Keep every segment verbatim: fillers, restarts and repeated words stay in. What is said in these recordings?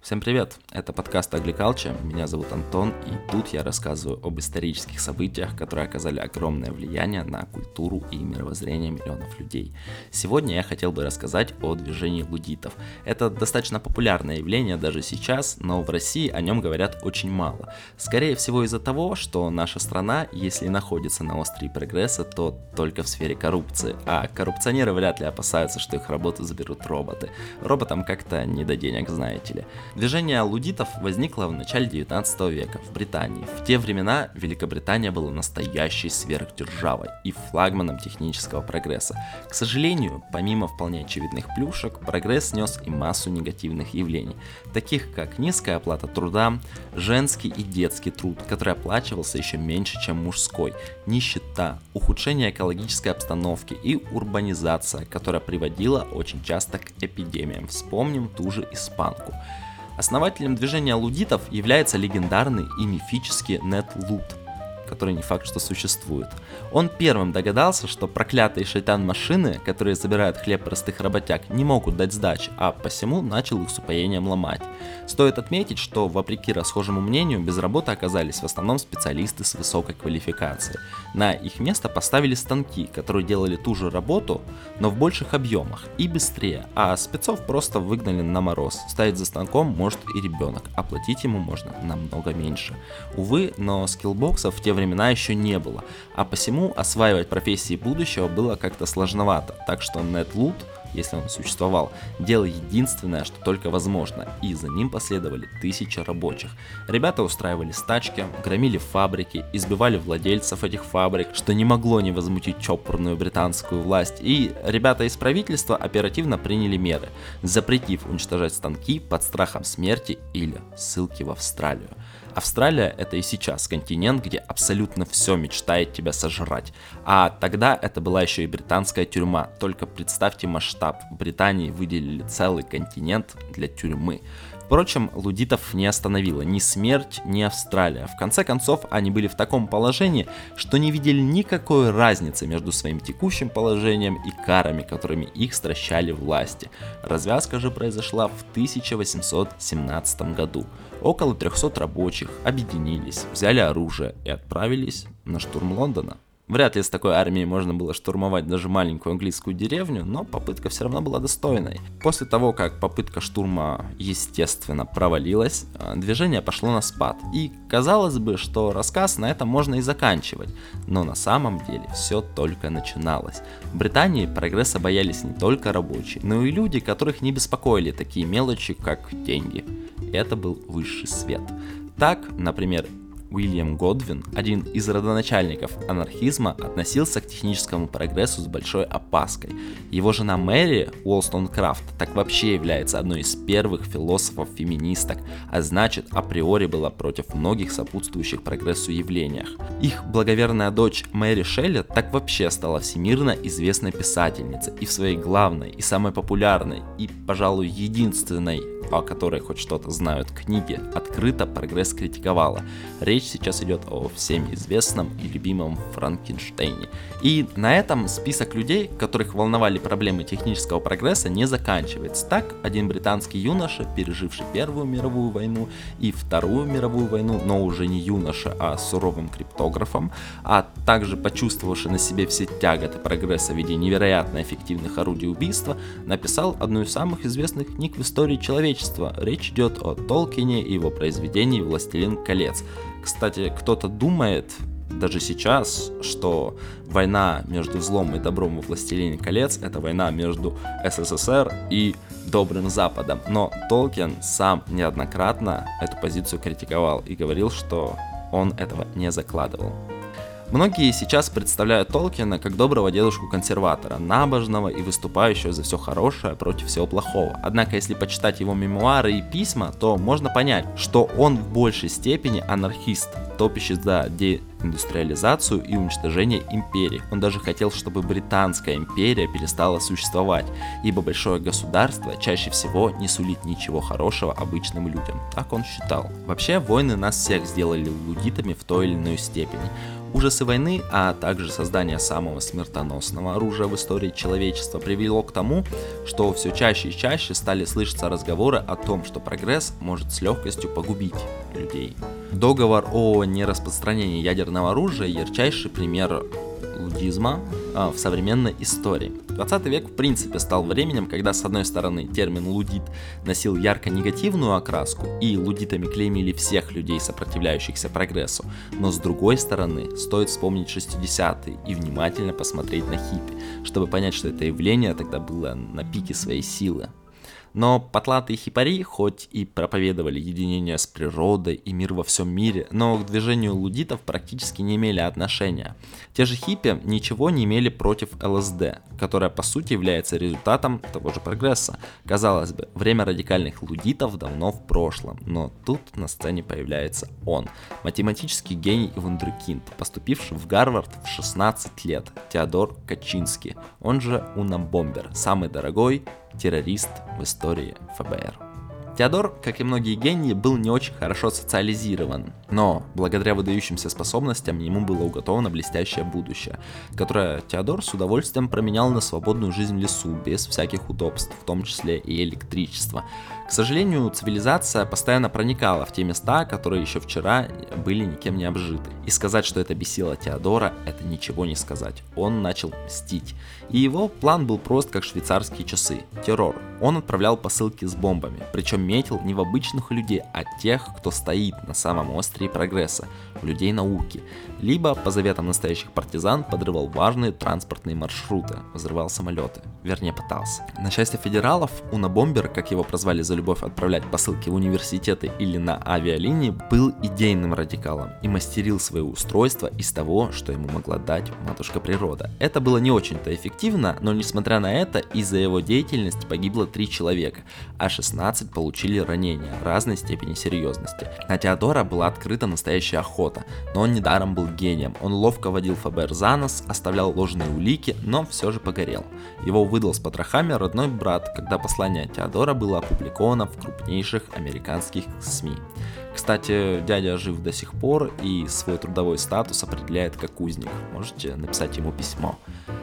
Всем привет, это подкаст Agriculture, меня зовут Антон, и тут я рассказываю об исторических событиях, которые оказали огромное влияние на культуру и мировоззрение миллионов людей. Сегодня я хотел бы рассказать о движении луддитов. Это достаточно популярное явление даже сейчас, но в России о нем говорят очень мало. Скорее всего из-за того, что наша страна, если находится на острове прогресса, то только в сфере коррупции, а коррупционеры вряд ли опасаются, что их работу заберут роботы. Роботам как-то не до денег, знаете ли. Движение луддитов возникло в начале девятнадцатого века в Британии. В те времена Великобритания была настоящей сверхдержавой и флагманом технического прогресса. К сожалению, помимо вполне очевидных плюшек, прогресс нес и массу негативных явлений, таких как низкая оплата труда, женский и детский труд, который оплачивался еще меньше, чем мужской, нищета, ухудшение экологической обстановки и урбанизация, которая приводила очень часто к эпидемиям. Вспомним ту же испанку. Основателем движения луддитов является легендарный и мифический Нед Луд, который не факт, что существует. Он первым догадался, что проклятые шайтан-машины, которые забирают хлеб простых работяг, не могут дать сдачи, а посему начал их с упоением ломать. Стоит отметить, что, вопреки расхожему мнению, без работы оказались в основном специалисты с высокой квалификацией. На их место поставили станки, которые делали ту же работу, но в больших объемах и быстрее, а спецов просто выгнали на мороз. Стоять за станком может и ребенок, а платить ему можно намного меньше. Увы, но скиллбоксов в те времена еще не было, а посему осваивать профессии будущего было как-то сложновато, так что Нед Луд, если он существовал, делал единственное, что только возможно, и за ним последовали тысячи рабочих. Ребята устраивали стачки, громили фабрики, избивали владельцев этих фабрик, что не могло не возмутить чопорную британскую власть, и ребята из правительства оперативно приняли меры, запретив уничтожать станки под страхом смерти или ссылки в Австралию. Австралия — это и сейчас континент, где абсолютно все мечтает тебя сожрать. А тогда это была еще и британская тюрьма. Только представьте масштаб. В Британии выделили целый континент для тюрьмы. Впрочем, луддитов не остановила ни смерть, ни Австралия. В конце концов, они были в таком положении, что не видели никакой разницы между своим текущим положением и карами, которыми их стращали власти. Развязка же произошла в тысяча восемьсот семнадцатом году. Около трехсот рабочих объединились, взяли оружие и отправились на штурм Лондона. Вряд ли с такой армией можно было штурмовать даже маленькую английскую деревню, но попытка все равно была достойной. После того, как попытка штурма, естественно, провалилась, движение пошло на спад. И казалось бы, что рассказ на этом можно и заканчивать, но на самом деле все только начиналось. В Британии прогресса боялись не только рабочие, но и люди, которых не беспокоили такие мелочи, как деньги. Это был высший свет. Так, например, Уильям Годвин, один из родоначальников анархизма, относился к техническому прогрессу с большой опаской. Его жена Мэри Уолстонкрафт так вообще является одной из первых философов-феминисток, а значит априори была против многих сопутствующих прогрессу явлениях. Их благоверная дочь Мэри Шелли так вообще стала всемирно известной писательницей и в своей главной и самой популярной и, пожалуй, единственной, о которой хоть что-то знают книги, открыто прогресс критиковала. Речь сейчас идет о всем известном и любимом Франкенштейне. И на этом список людей, которых волновали проблемы технического прогресса, не заканчивается. Так, один британский юноша, переживший Первую мировую войну и Вторую мировую войну, но уже не юноша, а суровым криптографом, а также почувствовавший на себе все тяготы прогресса в виде невероятно эффективных орудий убийства, написал одну из самых известных книг в истории человечества. Речь идет о Толкине и его произведении «Властелин колец». Кстати, кто-то думает, даже сейчас, что война между злом и добром во «Властелине колец» — это война между СССР и Добрым Западом. Но Толкин сам неоднократно эту позицию критиковал и говорил, что он этого не закладывал. Многие сейчас представляют Толкина как доброго дедушку-консерватора, набожного и выступающего за все хорошее против всего плохого. Однако, если почитать его мемуары и письма, то можно понять, что он в большей степени анархист, топящий за деиндустриализацию и уничтожение империи. Он даже хотел, чтобы Британская империя перестала существовать, ибо большое государство чаще всего не сулит ничего хорошего обычным людям. Так он считал. Вообще, войны нас всех сделали луддитами в той или иной степени. Ужасы войны, а также создание самого смертоносного оружия в истории человечества привело к тому, что все чаще и чаще стали слышаться разговоры о том, что прогресс может с легкостью погубить людей. Договор о нераспространении ядерного оружия – ярчайший пример лудизма а, в современной истории. двадцатый век в принципе стал временем, когда с одной стороны термин лудит носил ярко негативную окраску и лудитами клеймили всех людей, сопротивляющихся прогрессу, но с другой стороны стоит вспомнить шестидесятые и внимательно посмотреть на хиппи, чтобы понять, что это явление тогда было на пике своей силы. Но потлатые хипари хоть и проповедовали единение с природой и мир во всем мире, но к движению лудитов практически не имели отношения. Те же хиппи ничего не имели против эл эс дэ, которая по сути является результатом того же прогресса. Казалось бы, время радикальных лудитов давно в прошлом, но тут на сцене появляется он, математический гений и вундеркинд, поступивший в Гарвард в шестнадцать лет, Теодор Качинский, он же Унабомбер, самый дорогой террорист в истории эф бэ эр. Теодор, как и многие гении, был не очень хорошо социализирован, но благодаря выдающимся способностям ему было уготовано блестящее будущее, которое Теодор с удовольствием променял на свободную жизнь в лесу, без всяких удобств, в том числе и электричества. К сожалению, цивилизация постоянно проникала в те места, которые еще вчера были никем не обжиты. И сказать, что это бесило Теодора, это ничего не сказать. Он начал мстить. И его план был прост, как швейцарские часы. Террор. Он отправлял посылки с бомбами, причем метил не в обычных людей, а тех, кто стоит на самом острие прогресса, людей науки. Либо, по заветам настоящих партизан, подрывал важные транспортные маршруты, взрывал самолеты. Вернее, пытался. На счастье федералов, Унабомбер, как его прозвали за любовь отправлять посылки в университеты или на авиалинии, был идейным радикалом и мастерил свое устройство из того, что ему могла дать матушка природа. Это было не очень-то эффективно, но несмотря на это, из-за его деятельности погибло три человека, а шестнадцать получили ранения разной степени серьезности. На Теодора была открыта настоящая охота, но он недаром был гением. Он ловко водил эф бэ эр за нос, оставлял ложные улики, но все же погорел. Его выдал с потрохами родной брат, когда послание Теодора было опубликовано в крупнейших американских СМИ. Кстати, дядя жив до сих пор и свой трудовой статус определяет как узник. Можете написать ему письмо.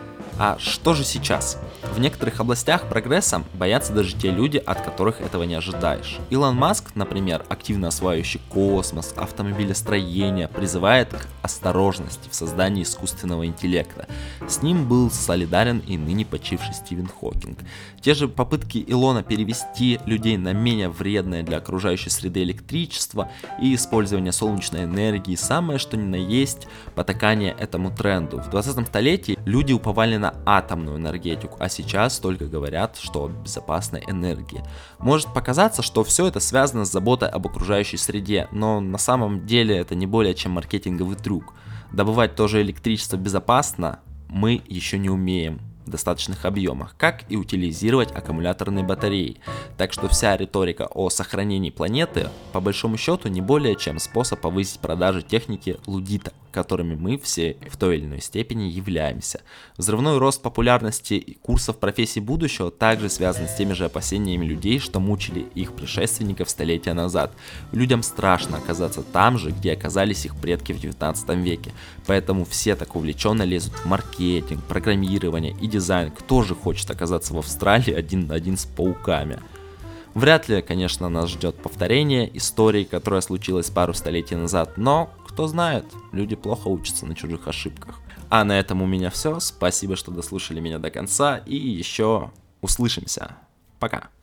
А что же сейчас? В некоторых областях прогресса боятся даже те люди, от которых этого не ожидаешь. Илон Маск, например, активно осваивающий космос, автомобилестроение, призывает к осторожности в создании искусственного интеллекта. С ним был солидарен и ныне почивший Стивен Хокинг. Те же попытки Илона перевести людей на менее вредное для окружающей среды электричество и использование солнечной энергии, самое что ни на есть потакание этому тренду. В двадцатом столетии люди уповали на атомную энергетику, а сейчас только говорят, что о безопасной энергии. Может показаться, что все это связано с заботой об окружающей среде, но на самом деле это не более чем маркетинговый трюк. Добывать тоже электричество безопасно мы еще не умеем в достаточных объемах, как и утилизировать аккумуляторные батареи. Так что вся риторика о сохранении планеты по большому счету не более чем способ повысить продажи техники лудита, которыми мы все в той или иной степени являемся. Взрывной рост популярности курсов профессий будущего также связан с теми же опасениями людей, что мучили их предшественников столетия назад. Людям страшно оказаться там же, где оказались их предки в девятнадцатом веке, поэтому все так увлеченно лезут в маркетинг, программирование и дизайн. Кто же хочет оказаться в Австралии один на один с пауками? Вряд ли, конечно, нас ждет повторение истории, которая случилась пару столетий назад, но кто знает, люди плохо учатся на чужих ошибках. А на этом у меня все. Спасибо, что дослушали меня до конца, и еще услышимся. Пока.